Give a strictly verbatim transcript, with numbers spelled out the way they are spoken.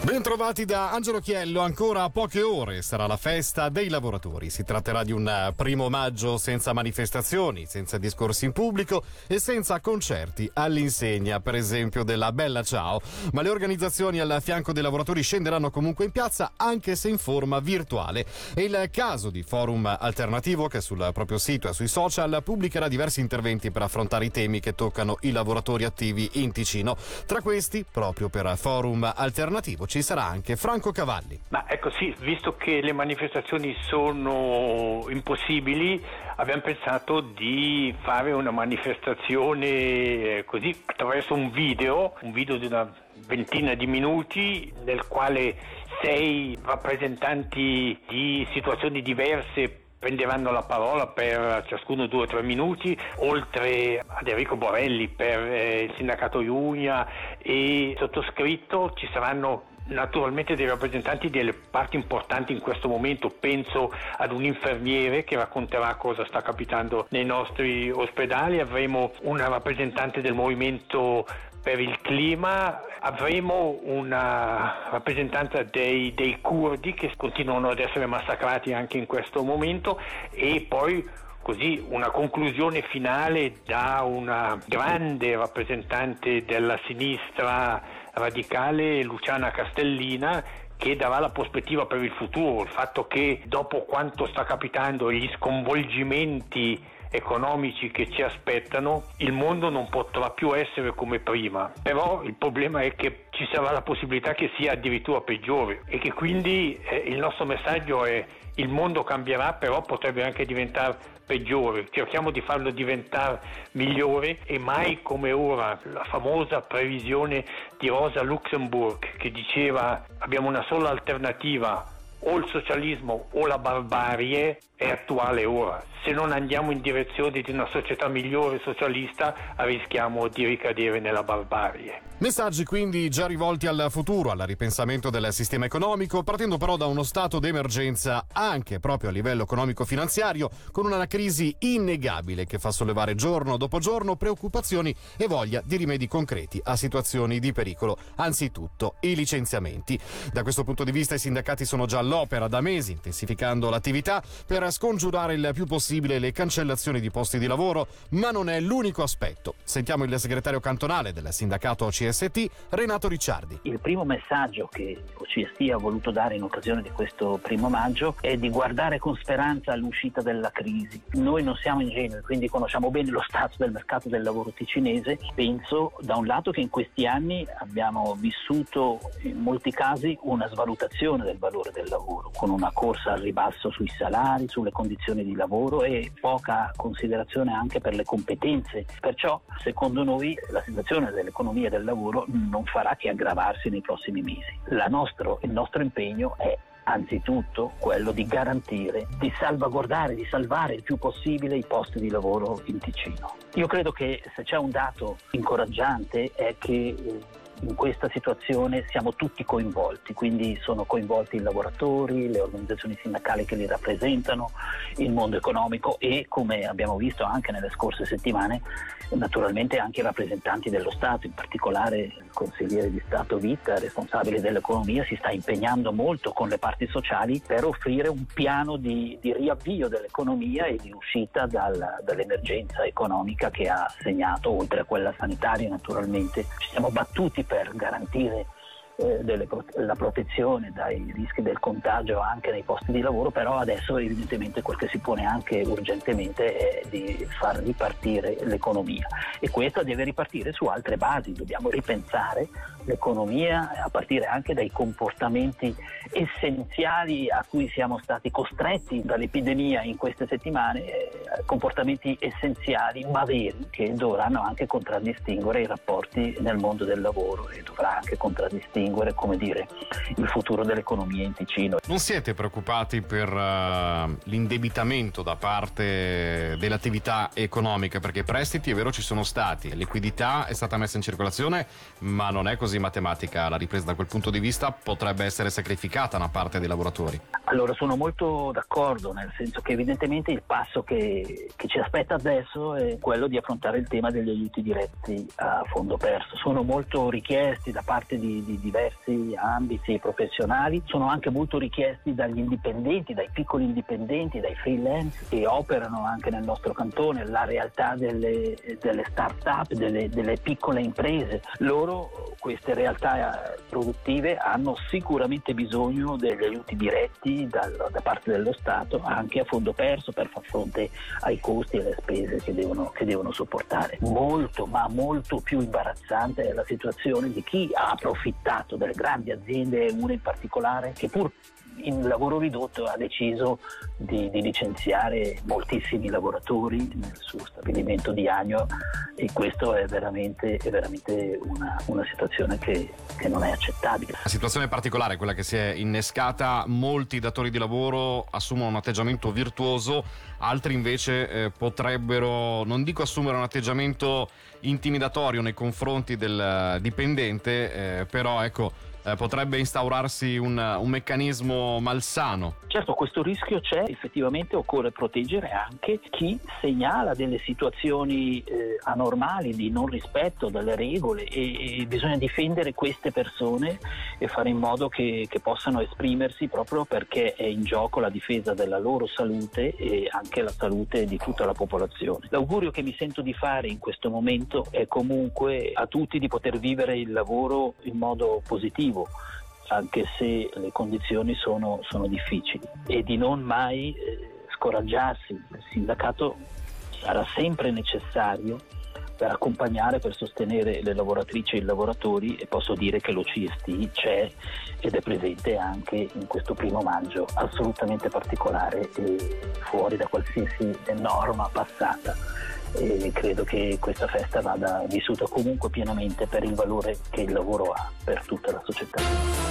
Bentrovati da Angelo Chiello, ancora a poche ore sarà la festa dei lavoratori. Si tratterà di un primo maggio senza manifestazioni, senza discorsi in pubblico e senza concerti all'insegna, per esempio, della Bella Ciao. Ma le organizzazioni al fianco dei lavoratori scenderanno comunque in piazza, anche se in forma virtuale. È il caso di Forum Alternativo, che sul proprio sito e sui social pubblicherà diversi interventi per affrontare i temi che toccano i lavoratori attivi in Ticino. Tra questi, proprio per Forum Alternativo, ci sarà anche Franco Cavalli. Ma ecco, sì, visto che le manifestazioni sono impossibili, abbiamo pensato di fare una manifestazione così attraverso un video, un video di una ventina di minuti, nel quale sei rappresentanti di situazioni diverse prenderanno la parola per ciascuno due o tre minuti, oltre ad Enrico Borelli per eh, il sindacato Iunia e sottoscritto. Ci saranno naturalmente dei rappresentanti delle parti importanti in questo momento. Penso ad un infermiere che racconterà cosa sta capitando nei nostri ospedali, avremo una rappresentante del movimento per il clima, avremo una rappresentanza dei, dei curdi che continuano ad essere massacrati anche in questo momento, e poi così una conclusione finale da una grande rappresentante della sinistra radicale, Luciana Castellina, che darà la prospettiva per il futuro, il fatto che dopo quanto sta capitando e gli sconvolgimenti economici che ci aspettano, il mondo non potrà più essere come prima. Però il problema è che ci sarà la possibilità che sia addirittura peggiore, e che quindi eh, il nostro messaggio è: il mondo cambierà, però potrebbe anche diventare peggiore. Cerchiamo di farlo diventare migliore, e mai come ora. La famosa previsione di Rosa Luxemburg, che diceva: abbiamo una sola alternativa, o il socialismo o la barbarie, è attuale ora. Se non andiamo in direzione di una società migliore socialista, rischiamo di ricadere nella barbarie. Messaggi quindi già rivolti al futuro, al ripensamento del sistema economico, partendo però da uno stato d'emergenza anche proprio a livello economico-finanziario, con una crisi innegabile che fa sollevare giorno dopo giorno preoccupazioni e voglia di rimedi concreti a situazioni di pericolo. Anzitutto i licenziamenti. Da questo punto di vista i sindacati sono già all'opera da mesi, intensificando l'attività per scongiurare il più possibile le cancellazioni di posti di lavoro, ma non è l'unico aspetto. Sentiamo il segretario cantonale del sindacato C S T, Renato Ricciardi. Il primo messaggio che O C S T ha voluto dare in occasione di questo primo maggio è di guardare con speranza all'uscita della crisi. Noi non siamo ingenui, quindi conosciamo bene lo stato del mercato del lavoro ticinese. Penso da un lato che in questi anni abbiamo vissuto in molti casi una svalutazione del valore del lavoro, con una corsa al ribasso sui salari, sulle condizioni di lavoro e poca considerazione anche per le competenze. Perciò, secondo noi, la situazione dell'economia del lavoro non farà che aggravarsi nei prossimi mesi. La nostro, il nostro impegno è anzitutto quello di garantire, di salvaguardare, di salvare il più possibile i posti di lavoro in Ticino. Io credo che se c'è un dato incoraggiante è che in questa situazione siamo tutti coinvolti, quindi sono coinvolti i lavoratori, le organizzazioni sindacali che li rappresentano, il mondo economico e, come abbiamo visto anche nelle scorse settimane, naturalmente anche i rappresentanti dello Stato, in particolare il consigliere di Stato Vita, responsabile dell'economia, si sta impegnando molto con le parti sociali per offrire un piano di, di riavvio dell'economia e di uscita dal, dall'emergenza economica che ha segnato, oltre a quella sanitaria naturalmente. Ci siamo battuti per garantire eh, delle, la protezione dai rischi del contagio anche nei posti di lavoro, però adesso evidentemente quel che si pone anche urgentemente è di far ripartire l'economia, e questa deve ripartire su altre basi. Dobbiamo ripensare l'economia a partire anche dai comportamenti essenziali a cui siamo stati costretti dall'epidemia in queste settimane, eh, comportamenti essenziali ma veri, che dovranno anche contraddistinguere i rapporti nel mondo del lavoro e dovrà anche contraddistinguere, come dire, il futuro dell'economia in Ticino. Non siete preoccupati per uh, l'indebitamento da parte dell'attività economica? Perché prestiti, è vero, ci sono stati, liquidità è stata messa in circolazione, ma non è così matematica la ripresa. Da quel punto di vista potrebbe essere sacrificata una parte dei lavoratori. Allora, sono molto d'accordo, nel senso che evidentemente il passo che, che ci aspetta adesso è quello di affrontare il tema degli aiuti diretti a fondo perso. Sono molto richiesti da parte di, di diversi diversi ambiti professionali, sono anche molto richiesti dagli indipendenti, dai piccoli indipendenti, dai freelance che operano anche nel nostro cantone, la realtà delle, delle start-up, delle, delle piccole imprese. Loro, queste realtà produttive, hanno sicuramente bisogno degli aiuti diretti da, da parte dello Stato, anche a fondo perso, per far fronte ai costi e alle spese che devono, che devono sopportare. Molto, ma molto più imbarazzante è la situazione di chi ha approfittato delle grandi aziende, una in particolare, che pur in lavoro ridotto ha deciso di, di licenziare moltissimi lavoratori nel suo stabilimento di Agno, e questo è veramente, è veramente una, una situazione che, che non è accettabile. La situazione particolare, quella che si è innescata, molti datori di lavoro assumono un atteggiamento virtuoso, altri invece eh, potrebbero, non dico assumere un atteggiamento intimidatorio nei confronti del dipendente, eh, però ecco, potrebbe instaurarsi un, un meccanismo malsano. Certo, questo rischio c'è, effettivamente occorre proteggere anche chi segnala delle situazioni eh, anormali di non rispetto delle regole, e, e bisogna difendere queste persone e fare in modo che, che possano esprimersi, proprio perché è in gioco la difesa della loro salute e anche la salute di tutta la popolazione. L'augurio che mi sento di fare in questo momento è comunque a tutti di poter vivere il lavoro in modo positivo, anche se le condizioni sono, sono difficili, e di non mai eh, scoraggiarsi. Il sindacato sarà sempre necessario per accompagnare, per sostenere le lavoratrici e i lavoratori, e posso dire che l'O C S T c'è ed è presente anche in questo primo maggio assolutamente particolare e fuori da qualsiasi norma passata. E credo che questa festa vada vissuta comunque pienamente per il valore che il lavoro ha per tutta la società.